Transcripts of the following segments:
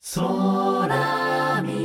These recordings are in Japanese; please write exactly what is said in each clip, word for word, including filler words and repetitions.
空耳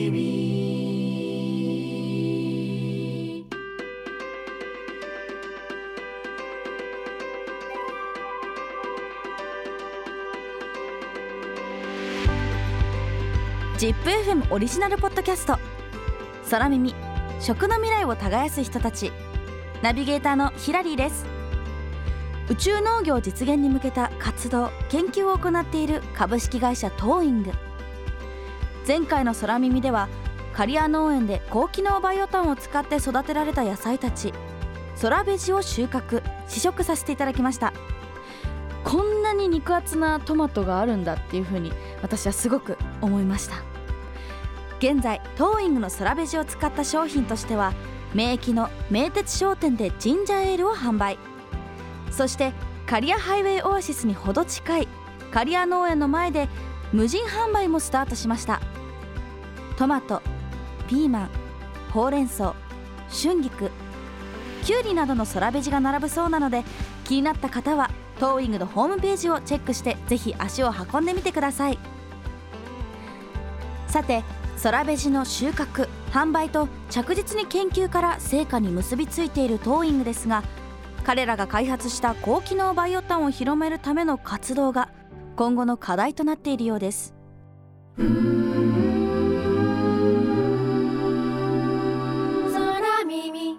ジップ エフエム オリジナルポッドキャスト空耳、食の未来を耕す人たち。ナビゲーターのヒラリーです。宇宙農業実現に向けた活動研究を行っている株式会社トーイング。前回の空耳では刈谷農園で高機能バイオ炭を使って育てられた野菜たち空ベジを収穫試食させていただきました。こんなに肉厚なトマトがあるんだっていうふうに私はすごく思いました。現在トーイングの空ベジを使った商品としては名駅の名鉄商店でジンジャーエールを販売、そして刈谷ハイウェイオアシスにほど近い刈谷農園の前で無人販売もスタートしました。トマト、ピーマン、ほうれん草、春菊、きゅうりなどの空ベジが並ぶそうなので、気になった方はトーイングのホームページをチェックしてぜひ足を運んでみてください。さて、空ベジの収穫、販売と着実に研究から成果に結びついているトーイングですが、彼らが開発した高機能バイオ炭を広めるための活動が今後の課題となっているようです。空耳。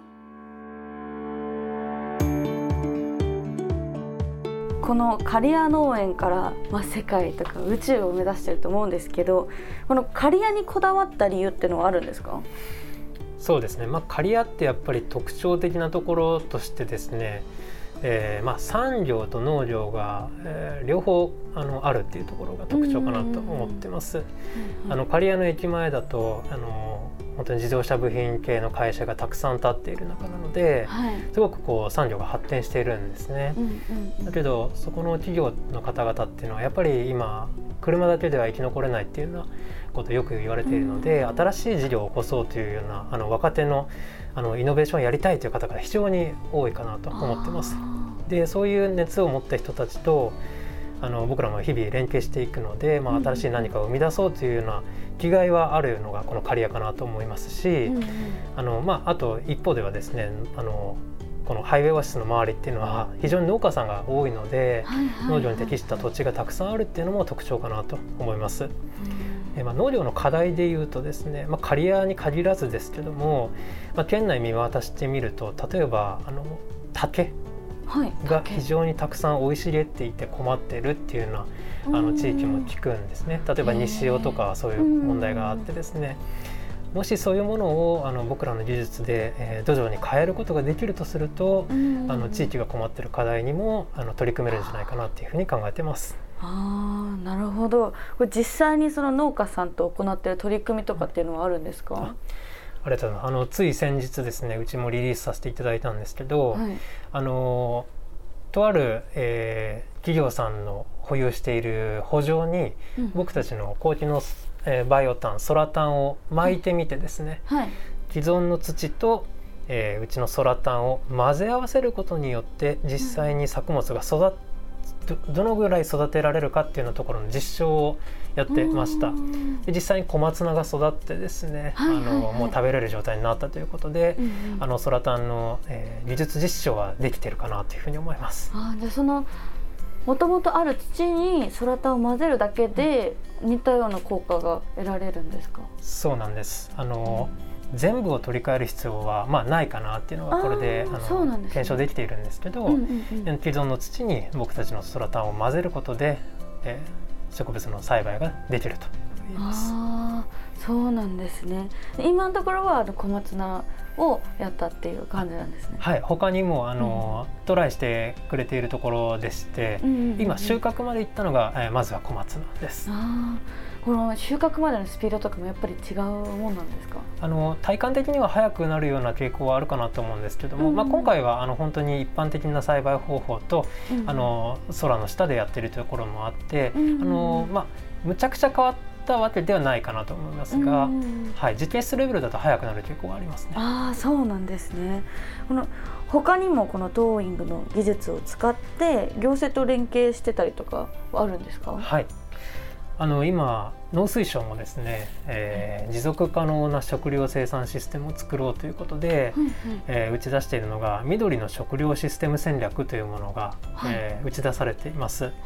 この刈谷農園から、まあ、世界とか宇宙を目指していると思うんですけど、この刈谷にこだわった理由ってのはあるんですか？ そうですね、まあ、刈谷ってやっぱり特徴的なところとしてですね、えーまあ、産業と農業が、えー、両方あのあるっていうところが特徴かなと思ってます。あの刈谷の駅前だとあの本当に自動車部品系の会社がたくさん建っている中なので、はい、すごくこう産業が発展しているんですね、うんうんうん、だけどそこの企業の方々っていうのはやっぱり今車だけでは生き残れないっていうようなことをよく言われているので、うん、新しい事業を起こそうというようなあの若手の、あのイノベーションをやりたいという方が非常に多いかなと思ってます。で、そういう熱を持った人たちとあの僕らも日々連携していくので、まあ、新しい何かを生み出そうというような気概はあるのがこの刈谷かなと思いますし、うんうん、あのまあ、あと一方ではですね、あのこのハイウェイオアシスの周りっていうのは非常に農家さんが多いので、はいはいはい、農業に適した土地がたくさんあるっていうのも特徴かなと思います。うん、えまあ、農業の課題でいうとですね、まあ、刈谷に限らずですけども、まあ、県内見渡してみると例えばあの竹が非常にたくさん生い茂っていて困ってるっていうようなあの地域も聞くんですね。例えば西尾とかはそういう問題があってですね、もしそういうものをあの僕らの技術で、えー、土壌に変えることができるとすると、あの地域が困っている課題にもあの取り組めるんじゃないかなっていうふうに考えてます。 あー、なるほど。これ実際にその農家さんと行っている取り組みとかっていうのはあるんですか？ あありがとうございます。あのつい先日ですね、うちもリリースさせていただいたんですけど、はい、あのとある、えー、企業さんの保有している圃場に、うん、僕たちの高機能、えー、バイオ炭、ソラ炭を巻いてみてですね、はい、既存の土と、えー、うちのソラ炭を混ぜ合わせることによって実際に作物が育てど, どのぐらい育てられるかっていうようなところの実証をやってました。で実際に小松菜が育ってですね、はいはいはい、あのもう食べれる状態になったということで、うんうん、あのソラタンの、えー、技術実証はできているかなというふうに思います。 あ、じゃあそのもともとある土にソラタンを混ぜるだけで似たような効果が得られるんですか？そうなんです。 あの、うん全部を取り替える必要は、まあ、ないかなっていうのはこれであの、ね、検証できているんですけど、うんうんうん、既存の土に僕たちのソラタンを混ぜることで、えー、植物の栽培ができると言います。 あ、そうなんですね。今のところは小松菜をやったっていう感じなんですね。 はい、他にもあの、うん、トライしてくれているところでして、うんうんうんうん、今収穫までいったのが、えー、まずは小松菜です。 あ、この収穫までのスピードとかもやっぱり違うもんなんですか？ あの体感的には早くなるような傾向はあるかなと思うんですけども、うん、まあ、今回はあの本当に一般的な栽培方法と、うん、あの空の下でやっているところもあって、うん、あのまあ、むちゃくちゃ変わったわけではないかなと思いますが、うん、はい、実験室レベルだと早くなる傾向がありますね。 あ、そうなんですね。この他にもこのトーイングの技術を使って行政と連携してたりとかはあるんですか？ はい、 あの今農水省もですね、えー、持続可能な食料生産システムを作ろうということで、うんうんえー、打ち出しているのが緑の食料システム戦略というものが、はいえー、打ち出されています、はい、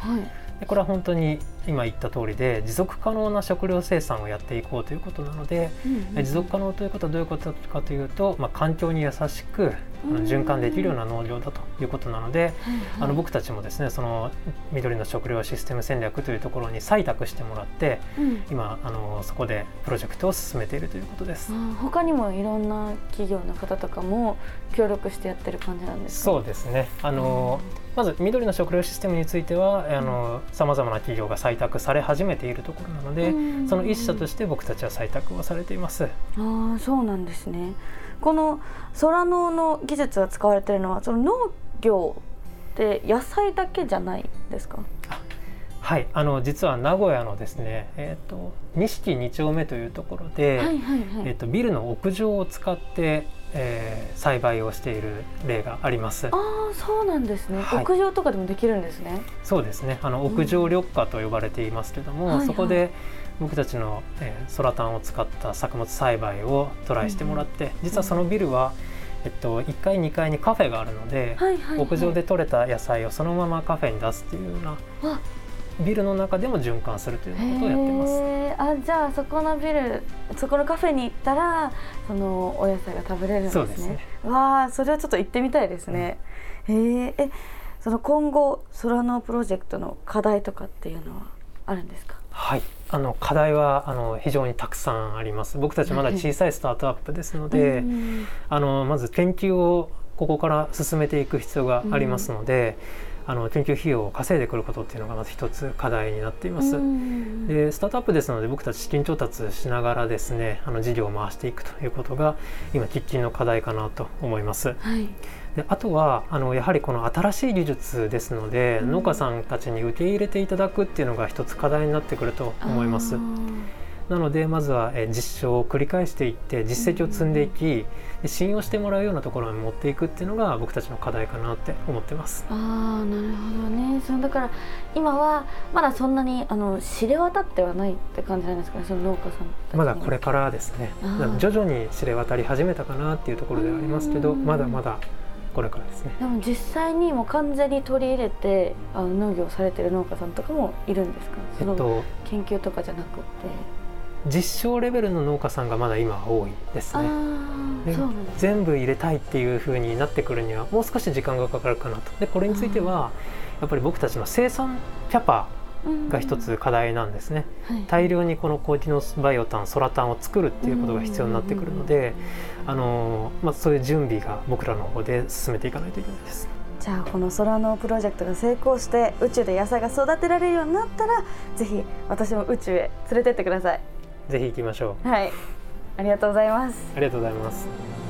でこれは本当に今言った通りで持続可能な食料生産をやっていこうということなので、うんうん、持続可能ということはどういうことかというと、まあ、環境に優しくあの循環できるような農業だということなので、うんはいはい、あの僕たちもですねその緑の食料システム戦略というところに採択してもらって、うん、今あのそこでプロジェクトを進めているということです。 他にもいろんな企業の方とかも協力してやってる感じなんですか？ そうですねあの、うんまず緑の食料システムについてはさまざまな企業が採択され始めているところなので、うん、その一社として僕たちは採択をされています。 あそうなんですね。このソラノの技術が使われているのはその農業って野菜だけじゃないですか？ はいあの実は名古屋のですね、えーと、錦に丁目というところで、はいはいはいえーと、ビルの屋上を使ってえー、栽培をしている例があります。 ああそうなんですね、はい、屋上とかでもできるんですね。 そうですねあの屋上緑化と呼ばれていますけども、うんはいはい、そこで僕たちの、えー、ソラタンを使った作物栽培をトライしてもらって、うん、実はそのビルは、えっと、いっかいにかいにカフェがあるので、はいはいはい、屋上で採れた野菜をそのままカフェに出すっていうようなビルの中でも循環するということをやってます。 あじゃあそこのビルそこのカフェに行ったらそのお野菜が食べれるんですね。そうですね。わあそれはちょっと行ってみたいですね、うん、へえその今後ソラノプロジェクトの課題とかっていうのはあるんですか？ はいあの課題はあの非常にたくさんあります。僕たちまだ小さいスタートアップですので、うん、あのまず研究をここから進めていく必要がありますので、うん、あの研究費用を稼いでくることっていうのがまず一つ課題になっています。でスタートアップですので僕たち資金調達しながらですねあの事業を回していくということが今喫緊の課題かなと思います、はい、であとはあのやはりこの新しい技術ですので、うん、農家さんたちに受け入れていただくっていうのが一つ課題になってくると思います。なのでまずは実証を繰り返していって実績を積んでいき、うん、信用してもらうようなところに持っていくっていうのが僕たちの課題かなって思ってます。 あーなるほどね。そのだから今はまだそんなにあの知れ渡ってはないって感じなんですかね、その農家さんたちに。 まだこれからですね。徐々に知れ渡り始めたかなっていうところではありますけど、まだまだこれからですね。 でも実際にもう完全に取り入れてあの農業されてる農家さんとかもいるんですか？その、えっと、研究とかじゃなくて実証レベルの農家さんがまだ今は多いですね。でそうなんです。全部入れたいっていう風になってくるにはもう少し時間がかかるかなと。でこれについてはやっぱり僕たちの生産キャパが一つ課題なんですね、はい、大量にこの高機能バイオタンソラタンを作るっていうことが必要になってくるので、あの、まあ、そういう準備が僕らの方で進めていかないといけないです。 じゃあこのソラノプロジェクトが成功して宇宙で野菜が育てられるようになったらぜひ私も宇宙へ連れてってください。 ぜひ行きましょう。 はい、ありがとうございます。 ありがとうございます。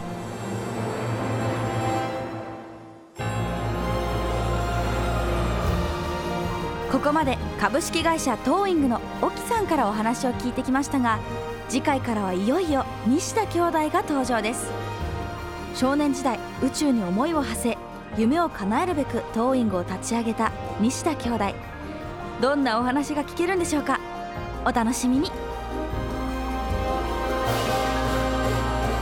ここまで株式会社トーイングの沖さんからお話を聞いてきましたが、次回からはいよいよ西田兄弟が登場です。少年時代宇宙に思いを馳せ夢を叶えるべくトーイングを立ち上げた西田兄弟。どんなお話が聞けるんでしょうか。お楽しみに。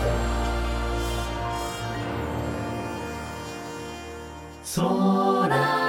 ソラ